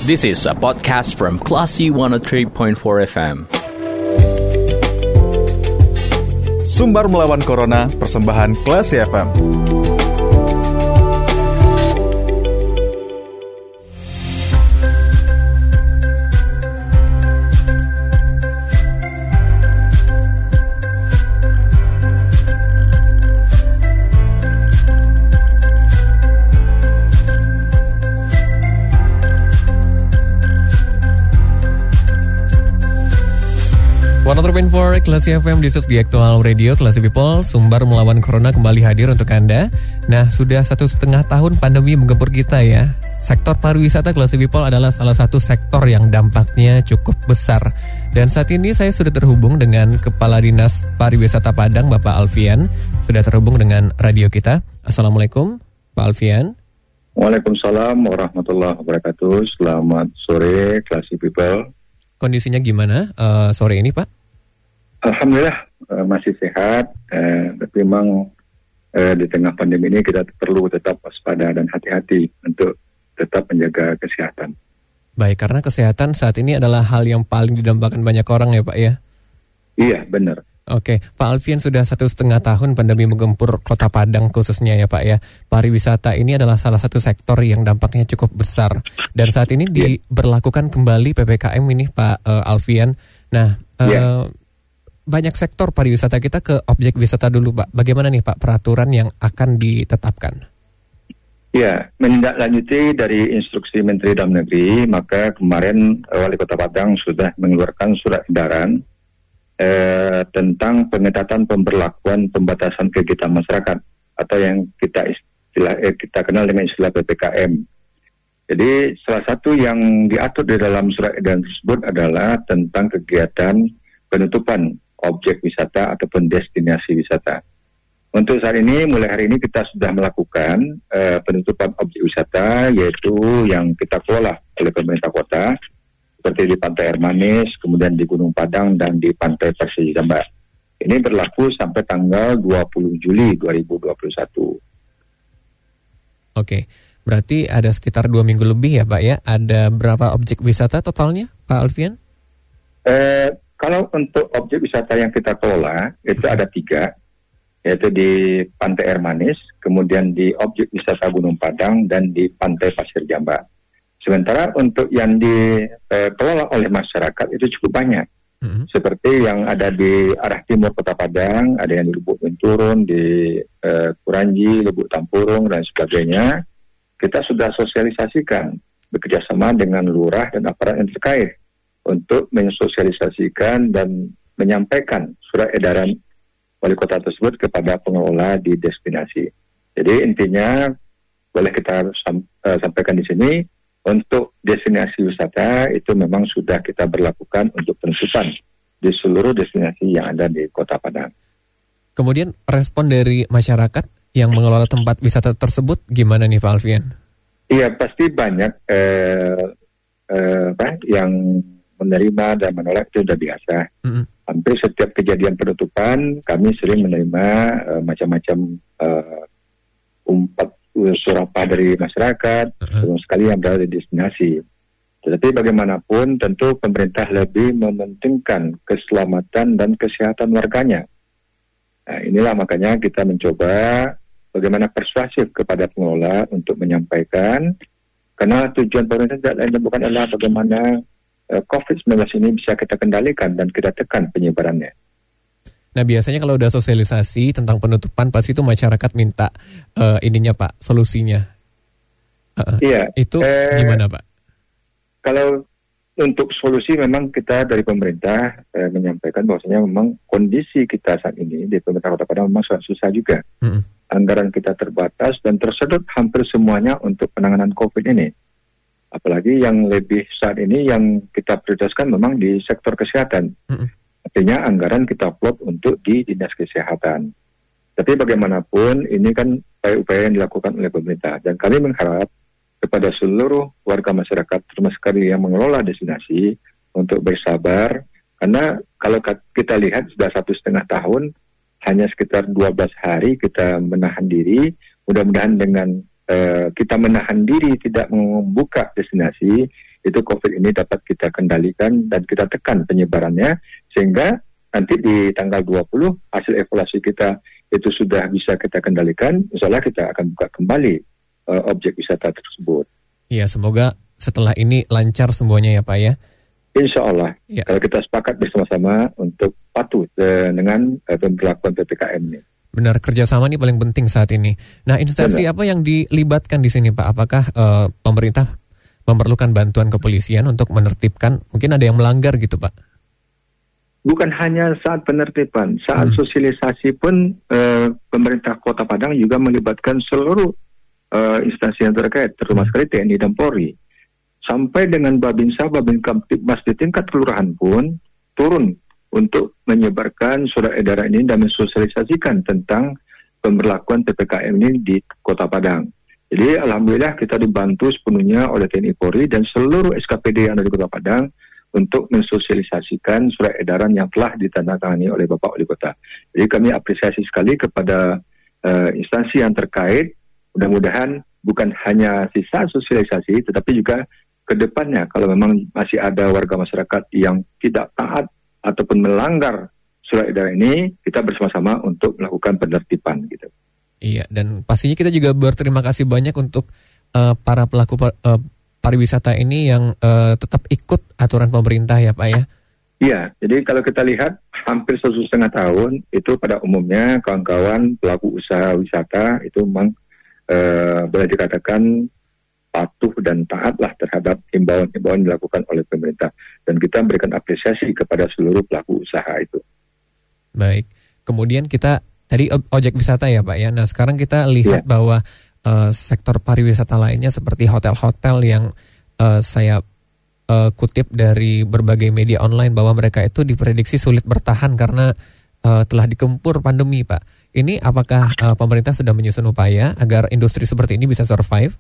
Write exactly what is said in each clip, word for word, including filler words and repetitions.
This is a podcast from Classy one oh three point four F M. Sumbar melawan Corona, persembahan Classy F M. one oh three point four Classy F M, this is the actual radio Classy People. Sumbar melawan Corona kembali hadir untuk Anda. Nah, sudah satu setengah tahun pandemi menggempur kita ya. Sektor pariwisata Classy People adalah salah satu sektor yang dampaknya cukup besar. Dan saat ini saya sudah terhubung dengan Kepala Dinas Pariwisata Padang, Bapak Alfian. Sudah terhubung dengan radio kita. Assalamualaikum, Pak Alfian. Waalaikumsalam warahmatullahi wabarakatuh. Selamat sore Classy People. Kondisinya gimana uh, sore ini, Pak? Alhamdulillah uh, masih sehat, uh, tapi memang uh, di tengah pandemi ini kita perlu tetap waspada dan hati-hati untuk tetap menjaga kesehatan. Baik, karena kesehatan saat ini adalah hal yang paling didampakkan banyak orang ya, Pak ya? Iya, benar. Oke, Pak Alfian, sudah satu setengah tahun pandemi menggempur Kota Padang khususnya ya Pak ya. Pariwisata ini adalah salah satu sektor yang dampaknya cukup besar. Dan saat ini yeah. diberlakukan kembali P P K M ini Pak uh, Alfian. Nah, uh, yeah. banyak sektor pariwisata kita ke objek wisata dulu Pak. Bagaimana nih Pak peraturan yang akan ditetapkan? Ya, menindaklanjuti dari instruksi Menteri Dalam Negeri, maka kemarin uh, Wali Kota Padang sudah mengeluarkan surat edaran Eh, tentang pengetatan pemberlakuan pembatasan kegiatan masyarakat atau yang kita istilah eh, kita kenal dengan istilah P P K M. Jadi salah satu yang diatur di dalam surat edaran tersebut adalah tentang kegiatan penutupan objek wisata ataupun destinasi wisata. Untuk saat ini, mulai hari ini kita sudah melakukan eh, penutupan objek wisata, yaitu yang kita kelola oleh pemerintah kota, seperti di Pantai Air Manis, kemudian di Gunung Padang, dan di Pantai Pasir Jamba. Ini berlaku sampai tanggal dua puluh Juli dua ribu dua puluh satu. Oke, berarti ada sekitar dua minggu lebih ya Pak ya? Ada berapa objek wisata totalnya Pak Alfian? Eh, kalau untuk objek wisata yang kita kelola, itu ada tiga, yaitu di Pantai Air Manis, kemudian di objek wisata Gunung Padang, dan di Pantai Pasir Jamba. Sementara untuk yang dikelola oleh masyarakat itu cukup banyak. Mm-hmm. Seperti yang ada di arah timur Kota Padang, ada yang di Lubuk Binturun, di uh, Kuranji, Lubuk Tampurung, dan sebagainya. Kita sudah sosialisasikan bekerjasama dengan lurah dan aparat yang terkait untuk mensosialisasikan dan menyampaikan surat edaran wali kota tersebut kepada pengelola di destinasi. Jadi intinya boleh kita sam- uh, sampaikan di sini. Untuk destinasi wisata itu memang sudah kita berlakukan untuk penutupan di seluruh destinasi yang ada di Kota Padang. Kemudian respon dari masyarakat yang mengelola tempat wisata tersebut gimana nih Pak Alfian? Iya, pasti banyak eh, eh, apa, yang menerima dan menolak, itu sudah biasa. Mm-hmm. Hampir setiap kejadian penutupan kami sering menerima eh, macam-macam eh, umpat surapa dari masyarakat, uh-huh. sekali yang berada di destinasi. Tetapi bagaimanapun tentu pemerintah lebih mementingkan keselamatan dan kesehatan warganya. Nah, inilah makanya kita mencoba bagaimana persuasif kepada pengelola untuk menyampaikan, karena tujuan pemerintah tidak lain bukan adalah bagaimana uh, covid sembilan belas ini bisa kita kendalikan dan kita tekan penyebarannya. Nah biasanya kalau udah sosialisasi tentang penutupan pasti itu masyarakat minta uh, ininya Pak, solusinya. Uh, iya. Itu eh, gimana Pak? Kalau untuk solusi memang kita dari pemerintah eh, menyampaikan bahwasanya memang kondisi kita saat ini di pemerintah Kota Padang memang sangat susah juga. Mm-hmm. Anggaran kita terbatas dan tersedot hampir semuanya untuk penanganan COVID ini. Apalagi yang lebih saat ini yang kita prioritaskan memang di sektor kesehatan. Mm-hmm. Artinya anggaran kita plot untuk di Dinas Kesehatan. Tapi bagaimanapun ini kan upaya-upaya yang dilakukan oleh pemerintah. Dan kami mengharap kepada seluruh warga masyarakat, termasuk sekali yang mengelola destinasi, untuk bersabar. Karena kalau kita lihat sudah satu setengah tahun, hanya sekitar dua belas hari kita menahan diri. Mudah-mudahan dengan uh, kita menahan diri tidak membuka destinasi, itu COVID ini dapat kita kendalikan dan kita tekan penyebarannya, sehingga nanti di tanggal dua puluh hasil evaluasi kita itu sudah bisa kita kendalikan, insya Allah kita akan buka kembali uh, objek wisata tersebut. Iya, semoga setelah ini lancar semuanya ya Pak ya. Insya Allah, ya. Kalau kita sepakat bersama-sama untuk patuh uh, dengan uh, pemberlakuan P P K M ini. Benar, kerjasama ini paling penting saat ini. Nah, instansi Benar. apa yang dilibatkan di sini Pak? Apakah uh, pemerintah memerlukan bantuan kepolisian untuk menertibkan, mungkin ada yang melanggar gitu Pak? Bukan hanya saat penertiban, saat hmm. sosialisasi pun eh, pemerintah Kota Padang juga melibatkan seluruh eh, instansi yang terkait, terutama sekali T N I dan Polri. Sampai dengan Babinsa, Babinsa Mas di tingkat kelurahan pun turun untuk menyebarkan surat edaran ini dan mensosialisasikan tentang pemberlakuan P P K M ini di Kota Padang. Jadi alhamdulillah kita dibantu sepenuhnya oleh T N I Polri dan seluruh S K P D yang ada di Kota Padang untuk mensosialisasikan surat edaran yang telah ditandatangani oleh Bapak Wali Kota. Jadi kami apresiasi sekali kepada uh, instansi yang terkait. Mudah-mudahan bukan hanya sisa sosialisasi, tetapi juga ke depannya kalau memang masih ada warga masyarakat yang tidak taat ataupun melanggar surat edaran ini, kita bersama-sama untuk melakukan penertiban gitu. Iya, dan pastinya kita juga berterima kasih banyak untuk uh, para pelaku uh, pariwisata ini yang uh, tetap ikut aturan pemerintah ya Pak ya? Iya, jadi kalau kita lihat hampir satu setengah tahun itu pada umumnya kawan-kawan pelaku usaha wisata itu memang uh, boleh dikatakan patuh dan taatlah terhadap himbauan-himbauan dilakukan oleh pemerintah. Dan kita memberikan apresiasi kepada seluruh pelaku usaha itu. Baik, kemudian kita tadi objek wisata ya Pak ya. Nah sekarang kita lihat ya. bahwa uh, sektor pariwisata lainnya seperti hotel-hotel yang uh, saya uh, kutip dari berbagai media online bahwa mereka itu diprediksi sulit bertahan karena uh, telah dikempur pandemi Pak. Ini apakah uh, pemerintah sudah menyusun upaya agar industri seperti ini bisa survive?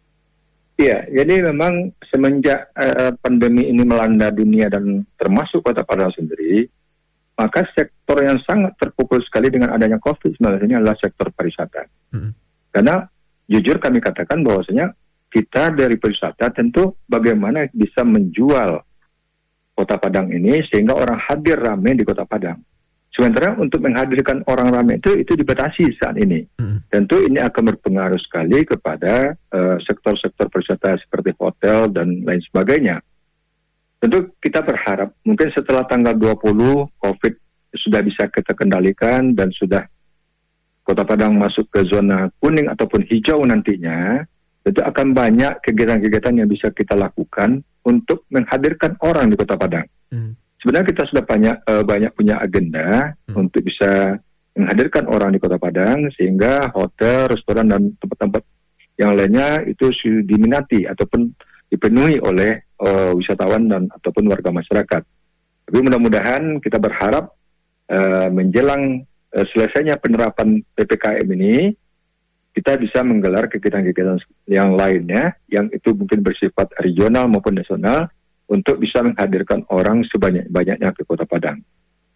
Iya, jadi memang semenjak uh, pandemi ini melanda dunia dan termasuk Kota Padang sendiri, maka sektor yang sangat terpukul sekali dengan adanya covid sembilan belas ini adalah sektor pariwisata. Hmm. Karena jujur kami katakan bahwasanya kita dari pariwisata tentu bagaimana bisa menjual Kota Padang ini sehingga orang hadir ramai di Kota Padang. Sementara untuk menghadirkan orang ramai itu itu dibatasi saat ini. Hmm. Tentu ini akan berpengaruh sekali kepada uh, sektor-sektor pariwisata seperti hotel dan lain sebagainya. Tentu kita berharap mungkin setelah tanggal dua puluh COVID sudah bisa kita kendalikan dan sudah Kota Padang masuk ke zona kuning ataupun hijau nantinya, itu akan banyak kegiatan-kegiatan yang bisa kita lakukan untuk menghadirkan orang di Kota Padang. Hmm. Sebenarnya kita sudah banyak uh, banyak punya agenda hmm. untuk bisa menghadirkan orang di Kota Padang sehingga hotel, restoran dan tempat-tempat yang lainnya itu diminati ataupun dipenuhi oleh uh, wisatawan dan ataupun warga masyarakat. Tapi mudah-mudahan kita berharap uh, menjelang uh, selesainya penerapan P P K M ini kita bisa menggelar kegiatan-kegiatan yang lainnya yang itu mungkin bersifat regional maupun nasional untuk bisa menghadirkan orang sebanyak-banyaknya ke Kota Padang.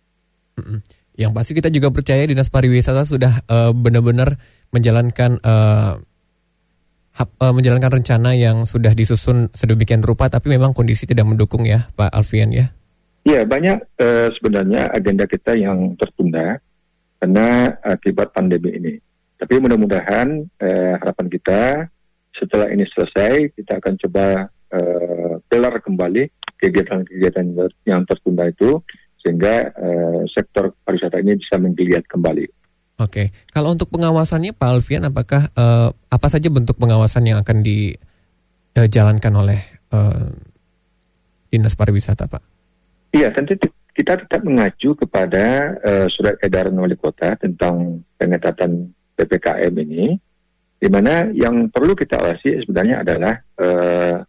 Yang pasti kita juga percaya Dinas Pariwisata sudah uh, benar-benar menjalankan uh, hap, uh, menjalankan rencana yang sudah disusun sedemikian rupa, tapi memang kondisi tidak mendukung ya, Pak Alfian ya? Iya, banyak uh, sebenarnya agenda kita yang tertunda karena akibat pandemi ini. Tapi mudah-mudahan uh, harapan kita setelah ini selesai, kita akan coba Uh, gelar kembali kegiatan-kegiatan yang tertunda itu sehingga uh, sektor pariwisata ini bisa menggeliat kembali. Oke, kalau untuk pengawasannya Pak Alfian, apakah uh, apa saja bentuk pengawasan yang akan dijalankan uh, oleh uh, Dinas Pariwisata, Pak? Iya, tentu kita tetap mengacu kepada uh, surat edaran wali kota tentang pengetatan P P K M ini, di mana yang perlu kita awasi sebenarnya adalah uh,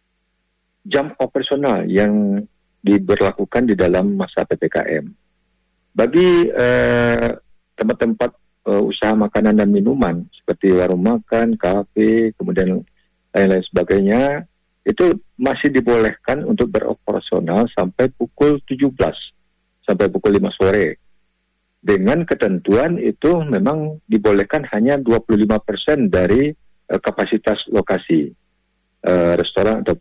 jam operasional yang diberlakukan di dalam masa P P K M. Bagi eh, tempat-tempat eh, usaha makanan dan minuman seperti warung makan, kafe, kemudian lain-lain sebagainya, itu masih dibolehkan untuk beroperasional sampai pukul tujuh belas sampai pukul lima sore. Dengan ketentuan itu memang dibolehkan hanya dua puluh lima persen dari eh, kapasitas lokasi. Uh, restoran ataupun rumah makan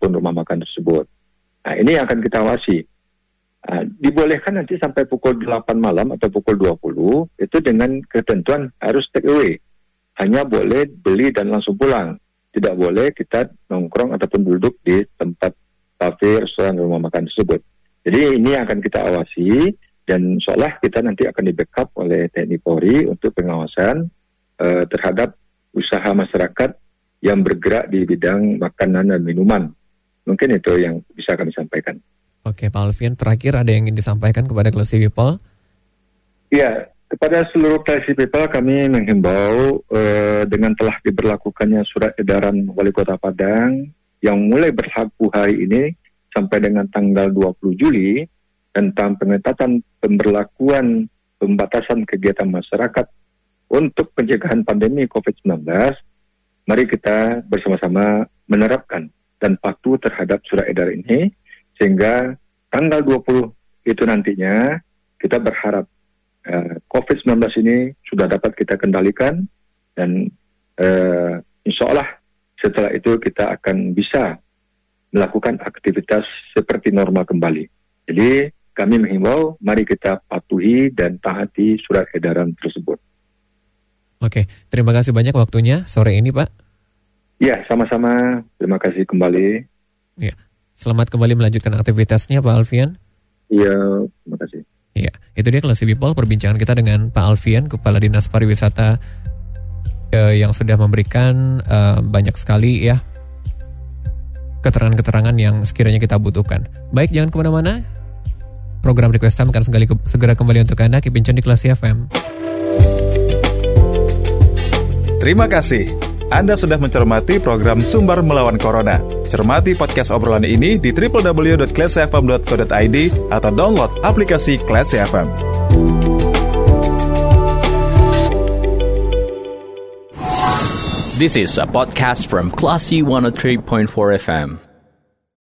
makan tersebut. Nah, ini yang akan kita awasi. Uh, dibolehkan nanti sampai pukul delapan malam atau pukul dua puluh itu dengan ketentuan harus take away. Hanya boleh beli dan langsung pulang. Tidak boleh kita nongkrong ataupun duduk di tempat kafe, restoran, rumah makan tersebut. Jadi ini akan kita awasi dan seolah kita nanti akan di backup oleh T N I Polri untuk pengawasan uh, terhadap usaha masyarakat yang bergerak di bidang makanan dan minuman. Mungkin itu yang bisa kami sampaikan. Oke, Pak Alfian, terakhir ada yang ingin disampaikan kepada Classy People? Ya, kepada seluruh Classy People kami menghimbau eh, dengan telah diberlakukannya surat edaran Wali Kota Padang yang mulai berlaku hari ini sampai dengan tanggal dua puluh Juli tentang pengetatan pemberlakuan pembatasan kegiatan masyarakat untuk pencegahan pandemi covid sembilan belas, mari kita bersama-sama menerapkan dan patuh terhadap surat edaran ini. Sehingga tanggal dua puluh itu nantinya kita berharap uh, covid sembilan belas ini sudah dapat kita kendalikan dan uh, insya Allah setelah itu kita akan bisa melakukan aktivitas seperti normal kembali. Jadi kami menghimbau mari kita patuhi dan taati surat edaran tersebut. Oke, terima kasih banyak waktunya sore ini, Pak. Ya, sama-sama. Terima kasih kembali. Ya. Selamat kembali melanjutkan aktivitasnya, Pak Alfian. Iya, terima kasih. Iya, itu dia Classy People, perbincangan kita dengan Pak Alfian, Kepala Dinas Pariwisata eh, yang sudah memberikan eh, banyak sekali ya keterangan-keterangan yang sekiranya kita butuhkan. Baik, jangan kemana-mana. Program Request Time akan segala, segera kembali untuk Anda. Keep in tune di Classy F M. Terima kasih. Anda sudah mencermati program Sumber Melawan Corona. Cermati podcast obrolan ini di w w w dot classy f m dot co dot i d atau download aplikasi Classy F M. This is a podcast from Classy one oh three point four F M.